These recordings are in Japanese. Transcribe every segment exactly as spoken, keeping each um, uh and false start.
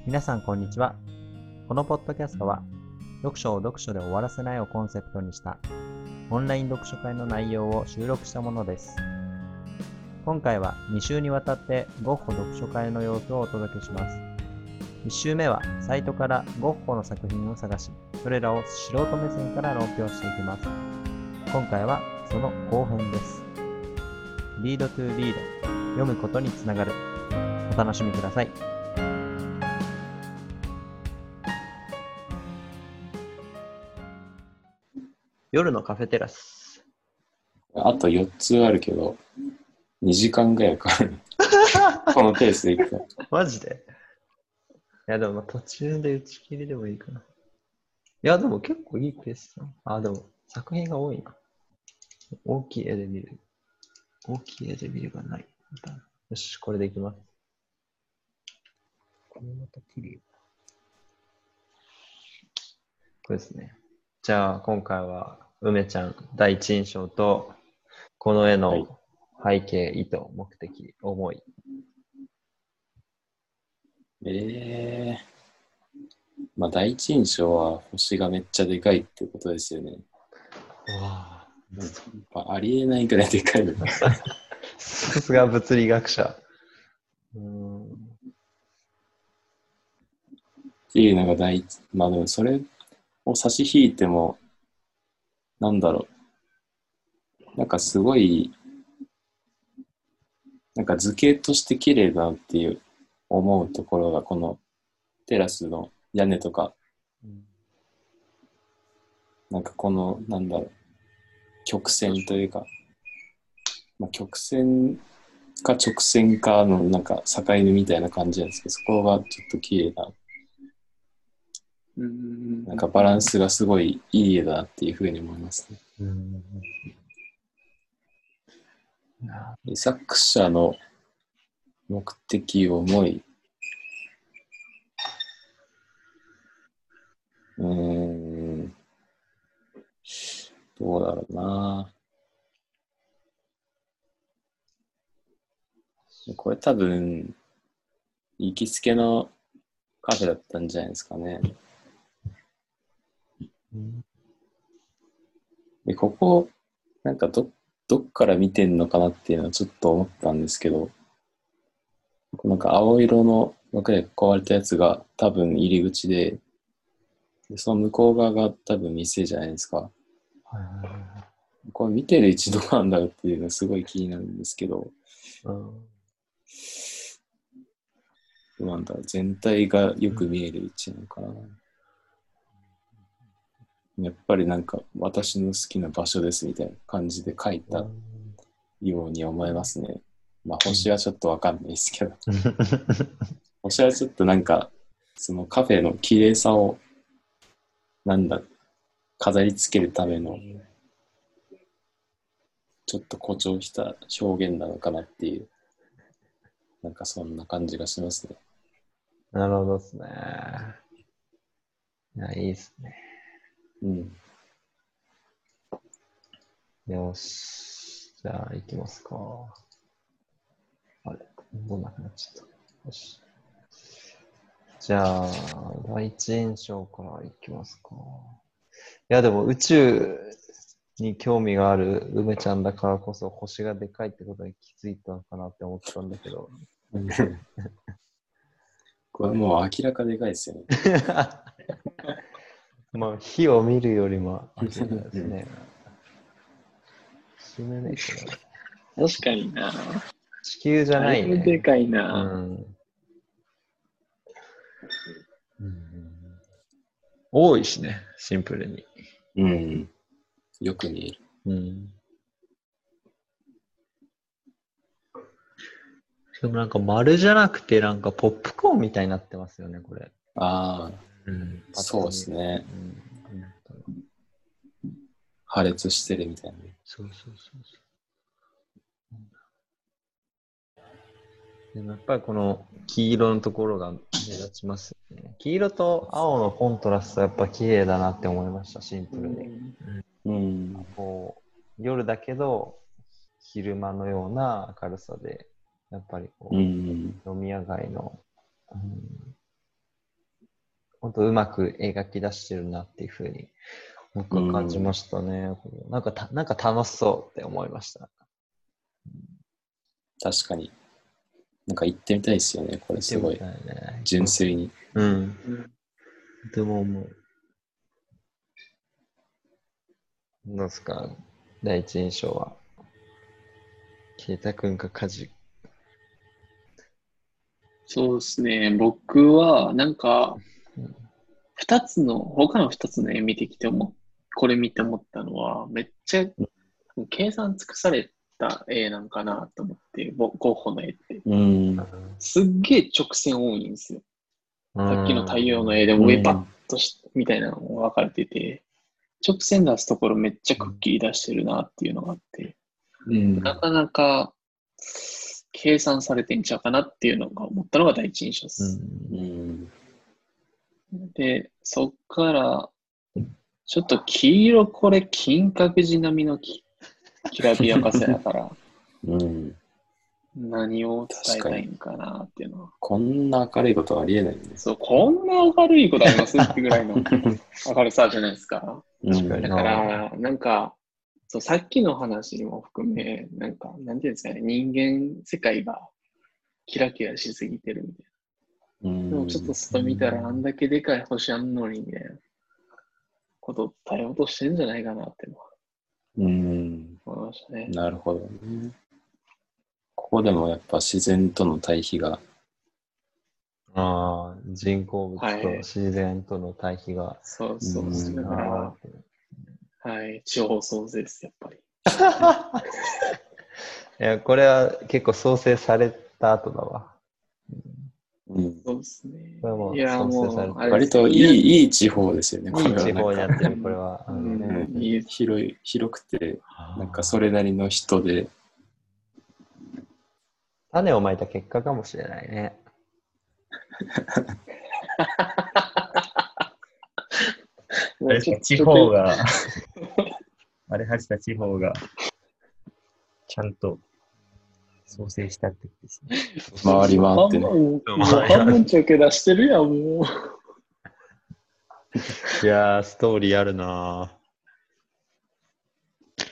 皆さんこんにちは。このポッドキャストは読書を読書で終わらせないをコンセプトにしたオンライン読書会の内容を収録したものです。今回はに週にわたってゴッホ読書会の様子をお届けします。いち週目はサイトからゴッホの作品を探し、それらを素人目線から論評していきます。今回はその後編です。Read to Read 読むことにつながる。お楽しみください。夜のカフェテラス。 あとよっつあるけど、にじかんぐらいかかる。このペースでいくと。 マジで？いや、でもまあ途中で打ち切りでもいいかな。いや、でも結構いいペースだな。あ、でも作品が多いな。大きい絵で見る。大きい絵で見るがない。よし、これでいきます。これまた綺麗。これですね。じゃあ、今回は梅ちゃん第一印象と、この絵の背景、意図、目的、思い。 ええー。まあ、第一印象は星がめっちゃでかいってことですよね。 わあ、 やっぱありえないくらいでかいよね。 さすが物理学者。うーん。 っていうのが第一。まあでもそれを差し引いても、なんだろう。なんかすごい、なんか図形として綺麗だなっていう思うところが、このテラスの屋根とか、なんかこの、なんだろう、曲線というか、まあ、曲線か直線かのなんか境目みたいな感じなんですけど、そこがちょっと綺麗な、なんかバランスがすごいいい絵だなっていうふうに思いますね。 うんで作者の目的、思い、うーん、どうだろうな。これ多分、行きつけのカフェだったんじゃないですかね。で、ここ、なんかど、どっから見てんのかなっていうのはちょっと思ったんですけど、なんか青色の枠で囲われたやつが多分入り口で、でその向こう側が多分店じゃないですか。これ見てる位置どうなんだろうっていうのがすごい気になるんですけど、 うん、 どうなんだろう、全体がよく見える位置なのかな。やっぱりなんか私の好きな場所ですみたいな感じで書いたように思いますね。まあ星はちょっとわかんないですけど。星はちょっとなんか、そのカフェの綺麗さを、なんだ、飾り付けるための、ちょっと誇張した表現なのかなっていう、なんかそんな感じがしますね。 なるほどですね。いや、いいですね。 うん。 よし。じゃあ、行きますか。あれ、どんなくなっちゃった。よし。じゃあ、第一印象から行きますか。いや、でも宇宙に興味がある梅ちゃんだからこそ星がでかいってことに気づいたのかなって思ったんだけど。 これもう明らかでかいですよね。 まあ、火を見るよりも明らかですね。死ぬね、これ。 確かにな。 地球じゃないね。 だいぶでかいうな。 ん。うん、多いしね、シンプルに。 うん。よく見える。 うん。でもなんか丸じゃなくてなんかポップコーンみたいになってますよね、これ。 ああ、 うん、 そうですね。 うん、 破裂してるみたいな。 そうそうそうそう。でもやっぱりこの黄色のところが目立ちますよね。黄色と青のコントラストやっぱ綺麗だなって思いました、シンプルに。 うん。 こう夜だけど昼間のような明るさで、やっぱりこう、 うん。 飲み屋街の、うん、 本当うまく描き出してるなっていうふうに僕は感じましたね。なんかた、なんか楽しそうって思いました。 確かに。なんか行ってみたいですよね、これすごい。 行ってみたいね。 純粋に。 うん。でも思う。どうですか、第一印象は。ケイタ君かカジ。 そうですね。僕は、なんか、 うん二つの、他の二つの絵見てきても、これ見て思ったのは、めっちゃ計算尽くされた絵なんかなと思って、ゴッホの絵って。 うん。 すっげえ直線多いんですよ。さっきの太陽の絵でも上パッとし、みたいなのが分かれてて、直線出すところめっちゃくっきり出してるなっていうのがあって、 うん、 なかなか計算されてんちゃうかなっていうのが思ったのが第一印象でうす。 ん。 で、そっから、ちょっと黄色、これ金閣寺並みのききらびやかさやから、 うん。 何を伝えたいんかなっていうのは。 こんな明るいことありえないんで。 そう、こんな明るいことありますってぐらいの明るさじゃないですか。 うんだから、なんか、そう、さっきの話も含め、なんか、なんていうんですかね、人間世界がキラキラしすぎてるみたいな。 うんでもちょっと外見たらあんだけでかい星あんのにみたいなことを伝えようとしてんじゃないかなっていうのはうん思いましたね。 なるほどね。ここでもやっぱ自然との対比が。 ああ、人工物はいと自然との対比が。 そうそうそう。だうんから、はい、地方創生です、やっぱり。 いや、これは結構創生された後だわ。 うんそうですね。 これもいや、 創生されもう、 てあれ割といい、いい地方ですよね、これは。 いい地方になんかなってる、これは。あうのねん、いい広い、広くて、なんかそれなりの人で、 種をまいた結果かもしれないね。 もうちょっとあれですか、地方が、あれはした地方が、ちゃんと創生したってことですね。 回り回ってね。 半分、もう半分ちょけ出してるやん、もう。 いやー、ストーリーあるなぁ、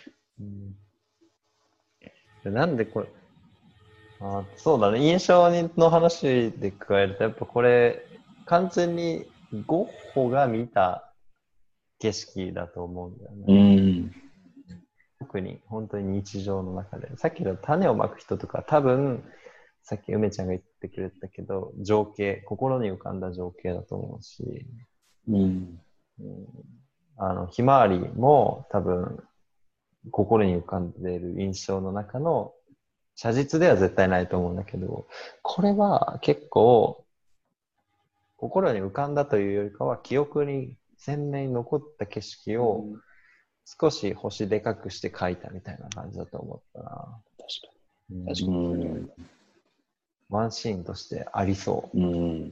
うん、なんでこれ、あ、そうだね、印象の話で加えると、やっぱこれ、完全にゴッホが見た景色だと思うんだようね。 ん。 特に本当に日常の中で。さっきの種をまく人とか、多分、さっき梅ちゃんが言ってくれたけど、情景、心に浮かんだ情景だと思うし、 うん。 うん、あの、ひまわりも多分、心に浮かんでいる印象の中の写実では絶対ないと思うんだけど、これは結構心に浮かんだというよりかは記憶に鮮明に残った景色を少し星でかくして描いたみたいな感じだと思ったな。 確かうん、 に。確かに。 うん。 ワンシーンとしてありそう。 うん。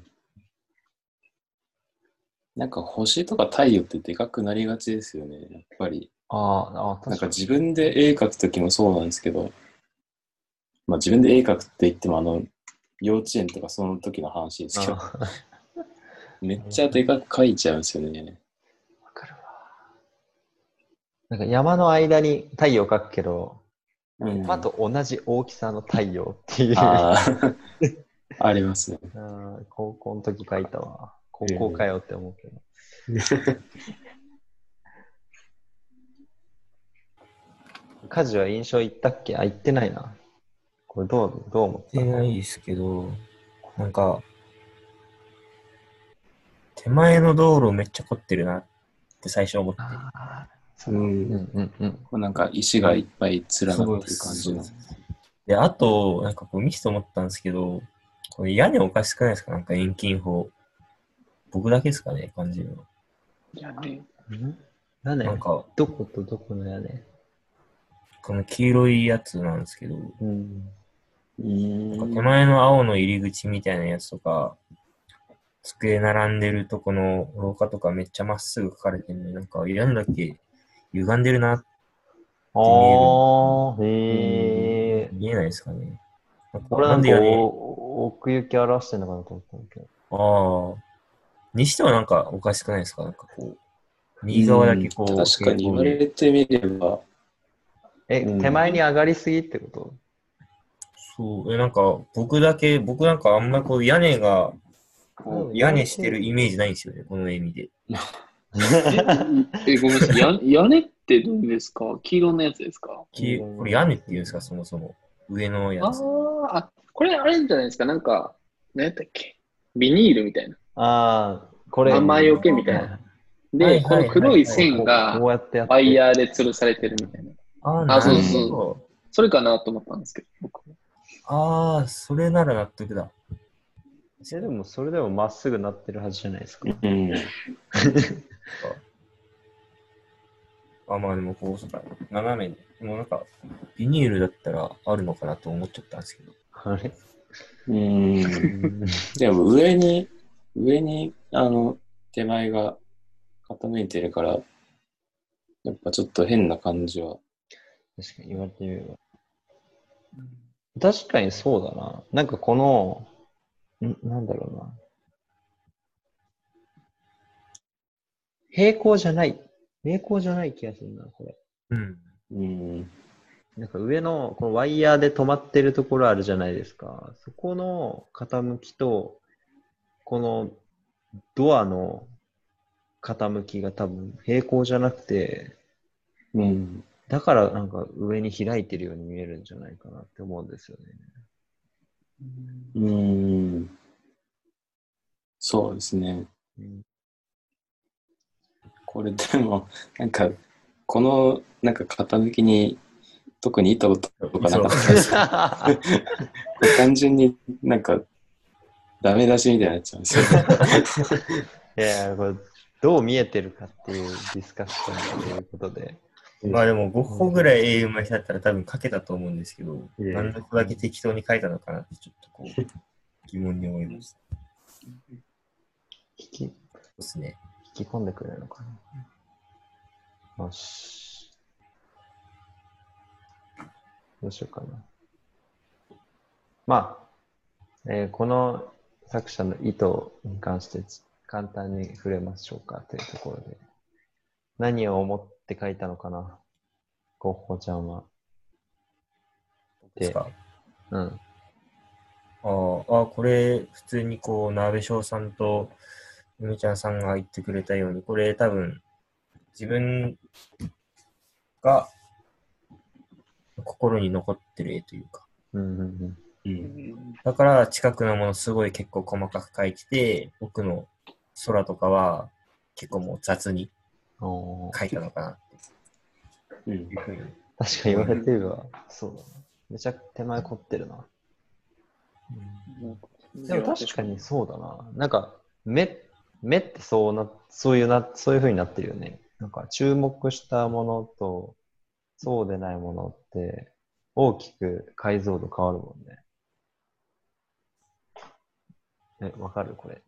なんか星とか太陽ってでかくなりがちですよね、やっぱり。 ああ、あ、確かに。 なんか自分で絵描くときもそうなんですけど、まあ自分で絵描くって言ってもあの、幼稚園とかその時の話ですけど、めっちゃでかく描いちゃうんですよね。 わかるわ。なんか山の間に太陽描くけど、 うん、 山と同じ大きさの太陽っていう。 ああ、ありますね。 うん高校の時描いたわ。高校かよって思うけど。家事は印象言ったっけ？あ、言ってないな。これどう、どう思った？ 言ってないですけど、なんか、手前の道路めっちゃ凝ってるなって最初思って。 あううんん。 うんうん。 こうなんか石がいっぱい連なってる感じの。 で、あと、なんかこう見せて思ったんですけど、これ屋根おかしくないですか？なんか遠近法。僕だけですかね、感じるの。 いやね。 屋根なんか、 どことどこの屋根？ この黄色いやつなんですけど、 うん。 なんか手前の青の入り口みたいなやつとか、机並んでるとこの廊下とかめっちゃまっすぐ描かれてるのに、なんか屋根だけ歪んでるなってああ、へえ。 見えないですかね。なんか俺なんかなんで屋根、 お奥行き表してんのかなと思ったんだけど。 ああ、 にしてはなんかおかしくないですか？なんかこう、右側だけこう、 うん確かに言わ平行でれてみれば、 え、 うん手前に上がりすぎってこと？ そう、え、なんか僕だけ、僕なんかあんまこう屋根が、こう屋根してるイメージないんですよね、この絵見で。 え、えごめんなさい。や屋根ってどうですか？黄色のやつですか？ きこれ屋根って言うんですか、そもそも。上のやあつ。 ーあ、これあれじゃないですか。なんか、何やったっけ？ビニールみたいな。 ああ、これ、 雨よけみたいな。 はで、このいはいはいはい。 黒い線こう、こうがやってやって。 ワイヤーで吊るされてるみたいな。 ああ、 あ、 なるそうそう。 ほど。 それかなと思ったんですけど、僕。 ああ、それなら納得だ。 え、でもそれでもまっすぐなってるはずじゃないですか。 うん。 あ、まあでもこう、そうか、斜めに、もうなんか、ビニールだったらあるのかなと思っちゃったんですけど。 あれうん。でも上に、上に、あの、手前が傾いてるから、やっぱちょっと変な感じは。 確かに言われてみれば。確かにそうだな。なんかこの、んなんだろうな。平行じゃない。平行じゃない気がするな、これ。 うん。 うん。 なんか上のこのワイヤーで止まってるところあるじゃないですか。そこの傾きと、このドアの傾きが多分平行じゃなくて、 うん。 だからなんか上に開いてるように見えるんじゃないかなって思うんですよね。 うん。そうですね。 うんこれでも、なんか、この、なんか傾きに、特に糸とかなかったです。これ単純になんか、ダメ出しみたいになっちゃうんですよ。 いやいや、これどう見えてるかっていうディスカッションということで。 まあでもごほぐらい英雄巻きだったら多分書けたと思うんですけど、 いえいえなんでここだけ適当に書いたのかなってちょっとこう疑問に思いました。 引き、 そうですね。 引き込んでくれるのかな。よし。どうしようかな。まあ、えーこの作者の意図に関して簡単に触れましょうかというところで。何を思って書いたのかな、ゴッホちゃんは。 ですか。 うん。 ああ、あこれ普通にこう、鍋翔さんと梅ちゃんさんが言ってくれたように、これ多分自分が心に残ってる絵というか、 うんうんうん。 だから近くのものすごい結構細かく描いてて、奥の空とかは結構もう雑にうん。おー描いたのかなってうん。 いうふうに。 確かに言われてみれば、そうだな。めちゃ手前凝ってるな。でも確かにそうだな。なんか、目、目ってそうな、そういうな、そういう風になってるよね。なんか注目したものと、そうでないものって、大きく解像度変わるもんね。え、わかるこれ。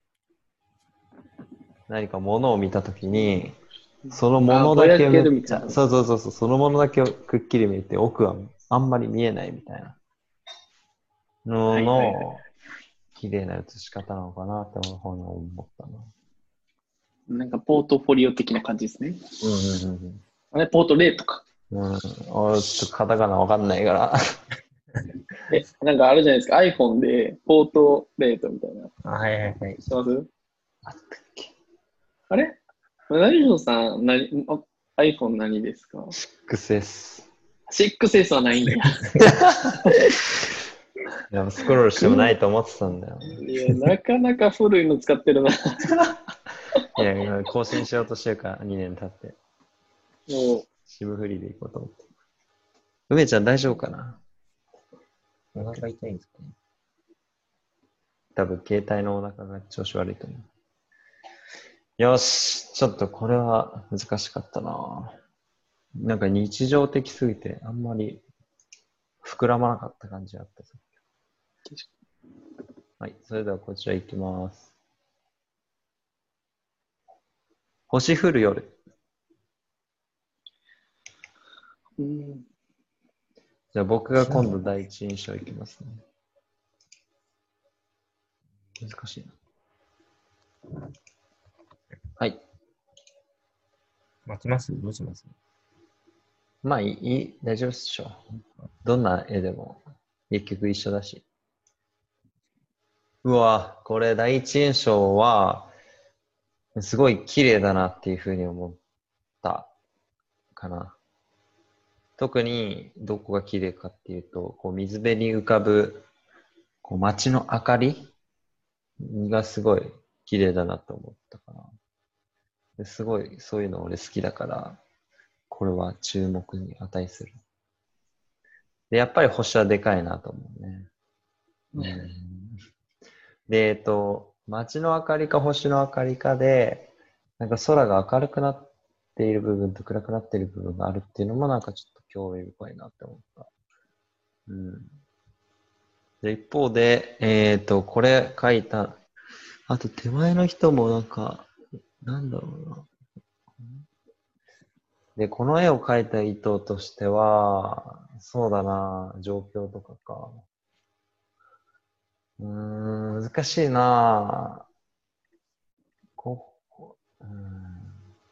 何か物を見たときに、そのもあ、 のぼやだけめっちゃ、 けるみたいな。 そうそうそうそう、そのものだけをくっきり見えて、奥はあんまり見えないみたいなのはいはいはいの、綺麗な写し方なのかなって思ったな。 なんかポートフォリオ的な感じですね。 うんうんうんあれ、ポートレートか。 うん。うん。俺ちょっとカタカナわかんないから。 え、なんかあるじゃないですか。iPhone でポートレートみたいな。 あはいはいはい。 知ってますあったっけ？ あれ成城さん、何、あ iPhone 何ですか？ シックスエス。 シックスエス はないんや。 いや、スクロールしてもないと思ってたんだよ。 いや、なかなか古いの使ってるな。 いや、今更新しようとしてるから、にねん経って。 も渋フリーで行こうと思って。梅ちゃん大丈夫かな？ お腹痛いんですかね。 多分携帯のお腹が調子悪いと思う。よし、ちょっとこれは難しかったな。なんか日常的すぎてあんまり膨らまなかった感じがあった。はい、それではこちら行きます。星降る夜。 う、うん、 じゃあ僕が今度第一印象いきますね。難しいな。 はい。 巻きますどうしますまあいい、いい大丈夫っしょ。どんな絵でも結局一緒だし。うわ、これ第一印象は、すごい綺麗だなっていうふうに思ったかな。特にどこが綺麗かっていうと、こう水辺に浮かぶこう街の明かりがすごい綺麗だなと思ったかな。ですごいそういうの俺好きだから、これは注目に値する。で、やっぱり星はでかいなと思うね。うん、で、えっと、街の明かりか星の明かりかで、なんか空が明るくなっている部分と暗くなっている部分があるっていうのもなんかちょっと興味深いなって思った。うん。で、一方で、えっと、これ書いた、あと手前の人もなんか、なんだろうな。で、この絵を描いた意図としては、そうだな、状況とかか。うーん、難しいな。こう、うーん。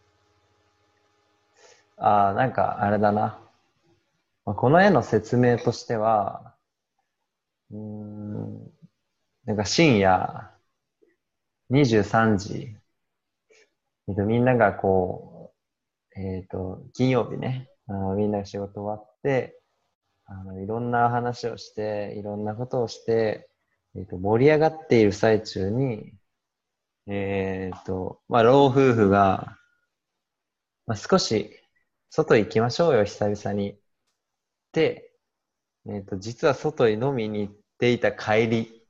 ああ、なんかあれだな。まあこの絵の説明としては、うーん、なんか深夜にじゅうさんじ、えっと、みんながこう、えっと、金曜日ね、あのみんなが仕事終わって、あのいろんな話をして、いろんなことをして、えっと、盛り上がっている最中に、えっと、まあ、老夫婦が、まあ、少し外行きましょうよ、久々に。で、えっと、実は外に飲みに行っていた帰り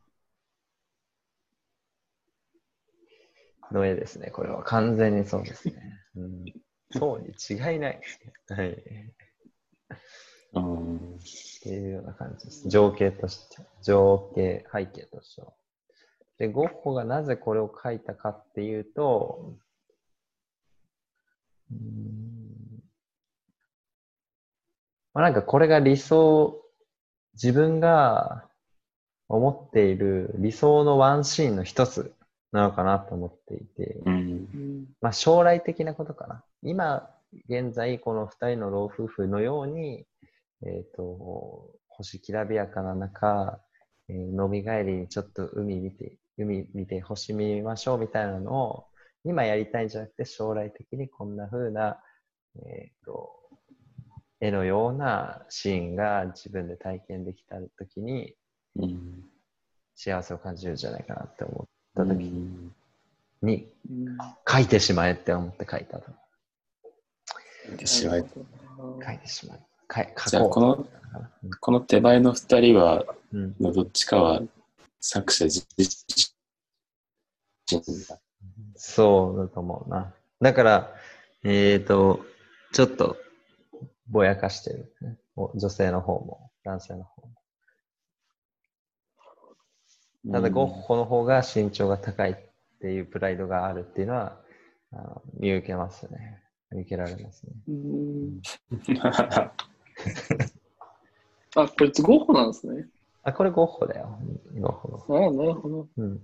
の絵ですね。これは完全にそうですね。うん、そうに違いない。はい。 うん。 っていうような感じです。情景として、情景、背景としては。で、ゴッホがなぜこれを描いたかっていうと、うーんまあ、なんかこれが理想、自分が思っている理想のワンシーンの一つなのかなと思っていて、 うん。 まあ将来的なことかな。今、現在この二人の老夫婦のように、えっと、星きらびやかな中、えー飲み帰りにちょっと海見て、海見て星見ましょうみたいなのを今やりたいんじゃなくて将来的にこんな風な、えっと、絵のようなシーンが自分で体験できたときにうん幸せを感じるんじゃないかなって思っうたときんにうん書いてしまえって思って書いたと。 でしまい書いてしまえ。書い書じゃあこうと思このったのかな。 この手前の二人はうんのどっちかは作者自身だ。 そうだと思うな。だから、えっと、ちょっとぼやかしてる、ね。女性の方も、男性の方も。ただ、ゴッホの方が身長が高いっていうプライドがあるっていうのは、あの見受けますね。見受けられますね。 うんあ、こいつゴッホなんですね。 あ、これゴッホだよ。ゴッホの。 ああ、なるほど。 うん。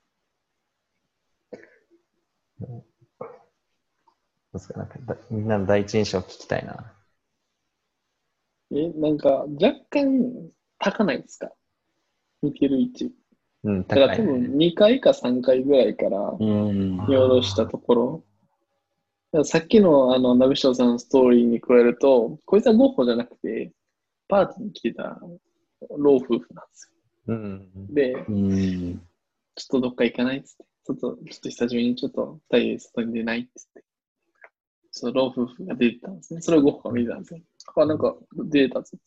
どうですか、なんかだみんなの第一印象聞きたいな。 え、なんか、若干高ないですか見てる位置。 うん、 だから高いね。 多分にかいかさんかいぐらいからうん見下ろしたところ。だからさっきのあの、ナビショーさんのストーリーに加えると、こいつはゴッホじゃなくて、パーティーに来てた老夫婦なんですうん。 よ。で、 うんちょっとどっか行かないっつって、ちょっと、ちょっと久しぶりにちょっと二人で外に出ないっつって、その老夫婦が出てたんですね。それをゴッホが見てたんですよ。あ、なんか出てたっつって。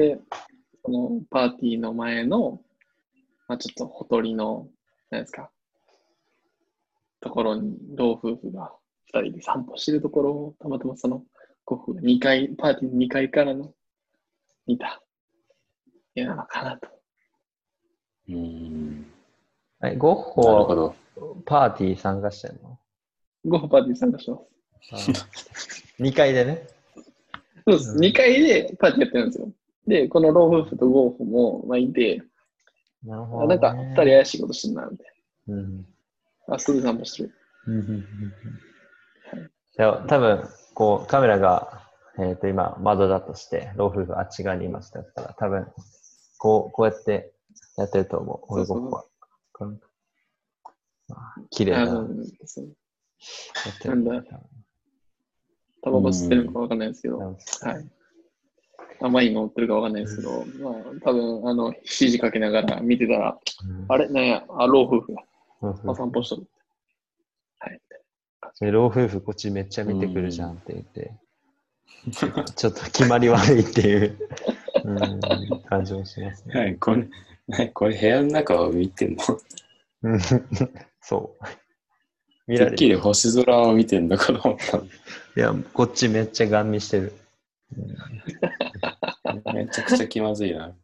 で、このパーティーの前の、まあ、ちょっとほとりの、何ですか、ところに老夫婦が二人で散歩してるところを、たまたまそのゴッホがにかい、パーティーのにかいからの見た絵なのかなと。 うんえ、ゴッホ、 なるほど。 パーティー参加してんの？ ゴッホパーティー参加します。 にかいでね。 そうです。 うんにかいでパーティーやってるんですよ。で、この老夫婦とゴッホも、まあ、いて、 なるほど、ね。 なんか二人怪しいことしてんな、みたいうん。 あ、外で散歩してる。 じゃあ多分、こう、カメラが、えっ、と、今、窓だとして、老夫婦あっち側にいましたから、多分、こう、こうやってやってると思う。俺そうそう僕は。このまあ綺麗あ、 だな。 そうそうやってるなんだ、タバコ吸ってるのかわかんないですけど、 多分はい。甘いの乗ってるかわかんないですけど、まあ、多分、あの、指示かけながら見てたら、あれなんや、あ、老夫婦が、 老夫お散歩しとる。はい。 婦で老夫婦こっちめっちゃ見てくるじゃんって言って、ちょっと決まり悪いっていううん感じもしますね。 はい、これ、はいこれ部屋の中を見てんのうんそう。見てっられてる。 きり星空を見てんのかと思った。 いや、こっちめっちゃガン見してる。 めちゃくちゃ気まずいな。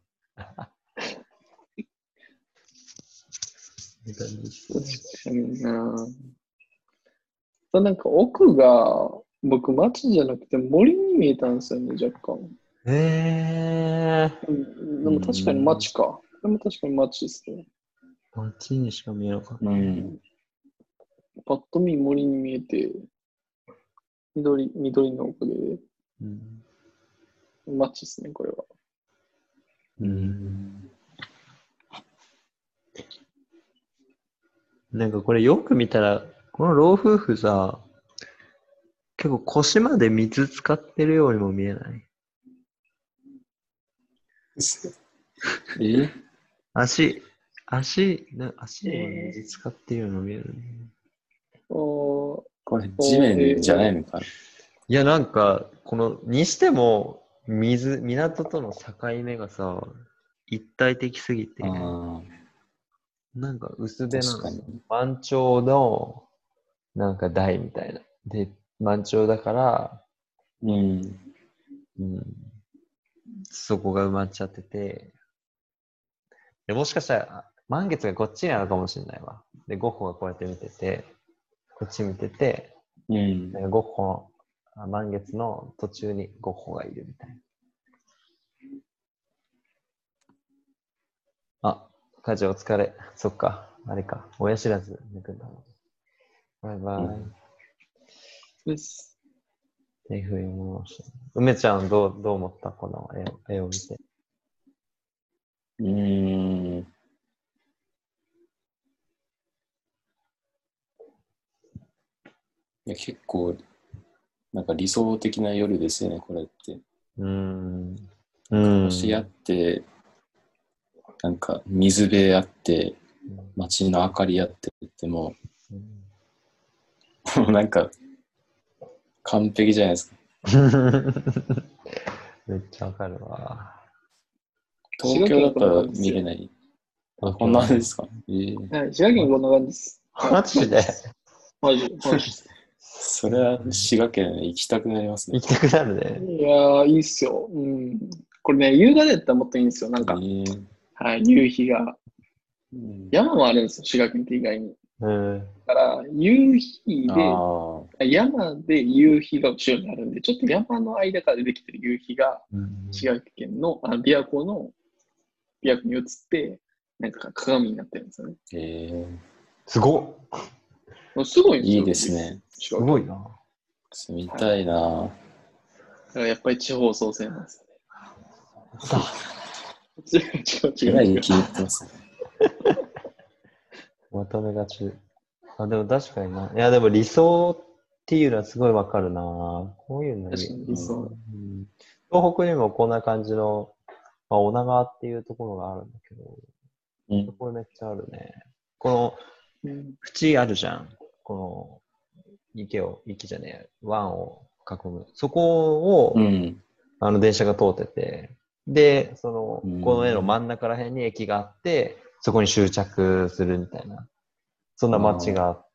確かにな。そうなんか奥が、僕街じゃなくて森に見えたんですよね、若干。 えー、 うんでも確かに街か。これも確かに街ですね。 こっちにしか見えなかった。 うん。 パッと見森に見えて、緑、緑のおかげで、 うん街ですね、これは。 うんなんかこれよく見たら、この老夫婦さ、結構腰まで水使ってるようにも見えないえ足、足、な足にも水使ってるようにも見える、ね。 おーこれ地面じゃないのかな。 いや、なんか、この、にしても、水、港との境目がさ、一体的すぎて、 あなんか薄あ、 手なの確かに。 満潮の、なんか台みたいな。で、満潮だから、 うん。 うん、そこが埋まっちゃってて、でもしかしたら、満月がこっちにあるかもしれないわ。で、ゴッホがこうやって見てて、こっち見てて、 うん。 なんかゴッホ、あ満月の途中にゴッホがいるみたいな。あ、家事お疲れ。そっか。あれか。親知らず抜くんだもん。バイバイ。っうんです。 ていうふうに思いました。梅ちゃん、どう、どう思ったこの絵を絵を見て。 うーん。いや、結構、なんか理想的な夜ですよね、これって。 うーん。うなんかーん。 星あって、なんか水辺あって、街の明かりあってってもうんう、もうなんか完璧じゃないですか。 めっちゃわかるわ。 東京だと滋賀県こんな感じですよ見れない。あ、 東京こんな感じですか。えーはい、滋賀県こんな感じです。 マジでマジ、マジ。 それは滋賀県行きたくなりますね行。きたくなるね。 いやー、いいっすよ。うん。これね、夕方やったらもっといいんですよ。なんえか、 ーはい、夕日が。 うん山もあるんですよ、滋賀県って意外に。 うん。 だから、夕日で、 ああ、 山で夕日が後ろにあるんで、ちょっと山の間から出てきてる夕日が、 うん滋賀県の、あ、琵琶湖の、琵琶湖に映って、なんか鏡になってるんですよね。 えすごっ。 すごいんですよ。 ーいいですね。 す滋賀県。 ごいな。 住みたいな。 だからやっぱり地方創生なんですよね。違う違うえら違う違う。 い気に入ってますね。 まとめがち。あ、でも確かにな。いや、でも理想っていうのはすごいわかるな。こういうのいい確かに理想。 うん東北にもこんな感じの、まあ、女川っていうところがあるんだけど、 うん。 これめっちゃあるね。このうん縁あるじゃん。この池を、池じゃねえ、湾を囲む。そこを、 うん。 あの電車が通ってて、で、その、 うんこの絵の真ん中ら辺に駅があって、そこに終着するみたいな、そんな街があって、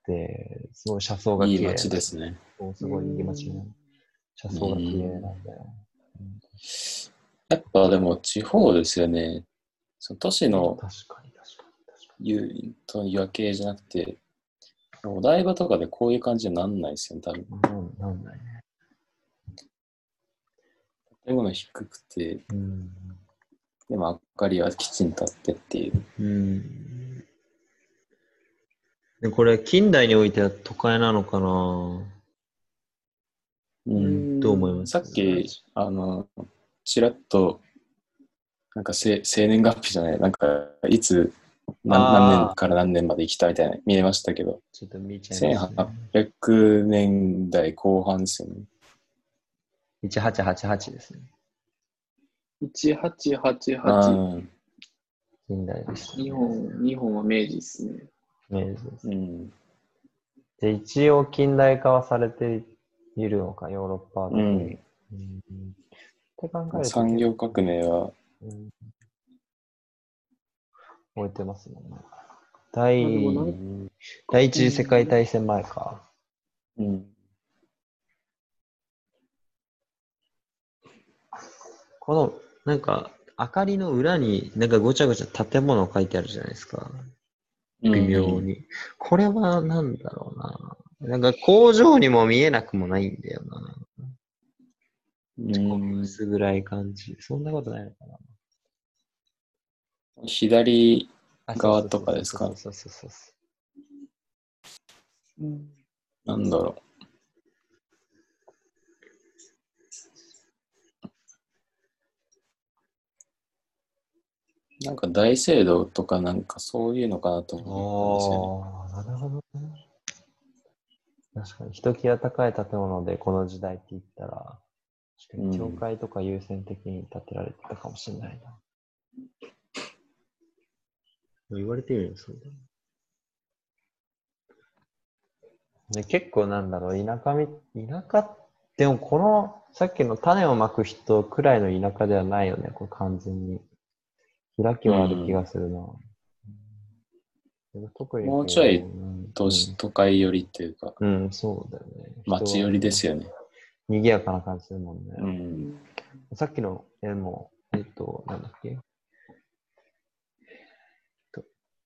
すごい車窓がいい綺麗な。 街ですね。 そうすごいいい街なの。車窓が綺麗なんだよ。 やっぱでも地方ですよね。その都市の確かに確かに確か夕と夜景じゃなくて、お台場とかでこういう感じになんないですよね、多分。 に。なんなんないね。 建物低くて、 うん。 でも明かりはきちんとあってっていう。 うん。 で、これ近代においては都会なのかな。 うん。 どう思いますさっき、あの、ちらっと、なんかせ生年月日じゃない、なんかいつ何、 あー何年から何年まで生きたみたいな見えましたけど、 ちょっと見ちゃいます 1800 ね。 年代後半ですよね。 いちはちはちはちですね。 いちはちはちあはち。 ー近代でした、ね。 日本、日本は明治ですね。 明治です。 うん。 で、一応近代化はされているのか、ヨーロッパ的に。 うん。 うんって考えると産業革命は、 うん置いてますもんね。第あでもなん第一次世界大戦前か。 うん。 この、なんか、明かりの裏になんかごちゃごちゃ建物書いてあるじゃないですか。微妙に。これはなんだろうな。なんか工場にも見えなくもないんだよな。 うん。 薄暗い感じ。そんなことないのか左な。 側とかですか？ そうそうそうそうそう。 うんなんだろう。なんか大聖堂とかなんかそういうのかなと思ったんですよね。 ああ、なるほどね。確かに、ひときわ高い建物でこの時代って言ったら、確かに教会とか優先的に建てられてたかもしれないな。言われてみるとそうだね。で結構なんだろう、田舎み、田舎、でもこの、さっきの種をまく人くらいの田舎ではないよね、これ完全に。開きはある気がするな。うん、特にこうもうちょいうん都市、都会寄りっていうか、 うん、うん、そうだよね。 街寄りですよ。 よね。 賑やかな感じするもんね。 うん。 さっきの絵も、えっと、なんだっけと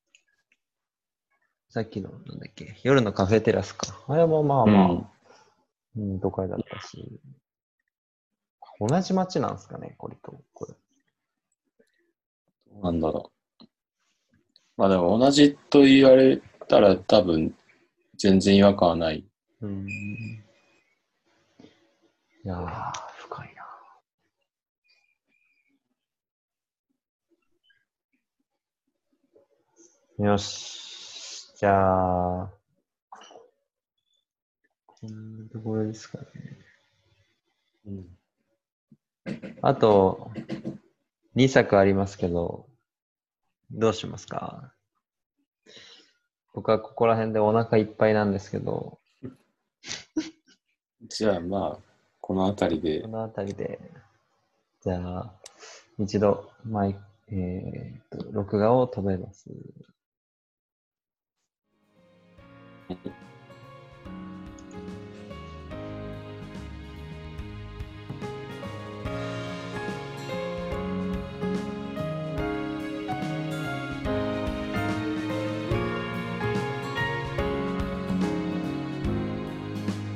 さっきの、なんだっけ夜のカフェテラスか。あれもまあまあ、 うんうん、都会だったし。同じ街なんですかね、これと。これ。 どうなんだろう。まあでも同じと言われたら多分全然違和感はない。 うん。いやー、深いな。よし。じゃあ、こんなところですかね。 うん。 あと、にさくありますけど、どうしますか？僕はここら辺でお腹いっぱいなんですけど、 じゃあまあ、この辺りでこ、の辺りで、じゃあ、一度、マイ、えー、と、録画を止めます。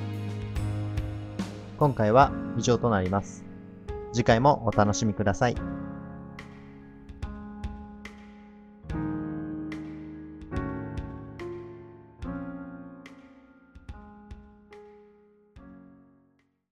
今回は以上となります。次回もお楽しみください。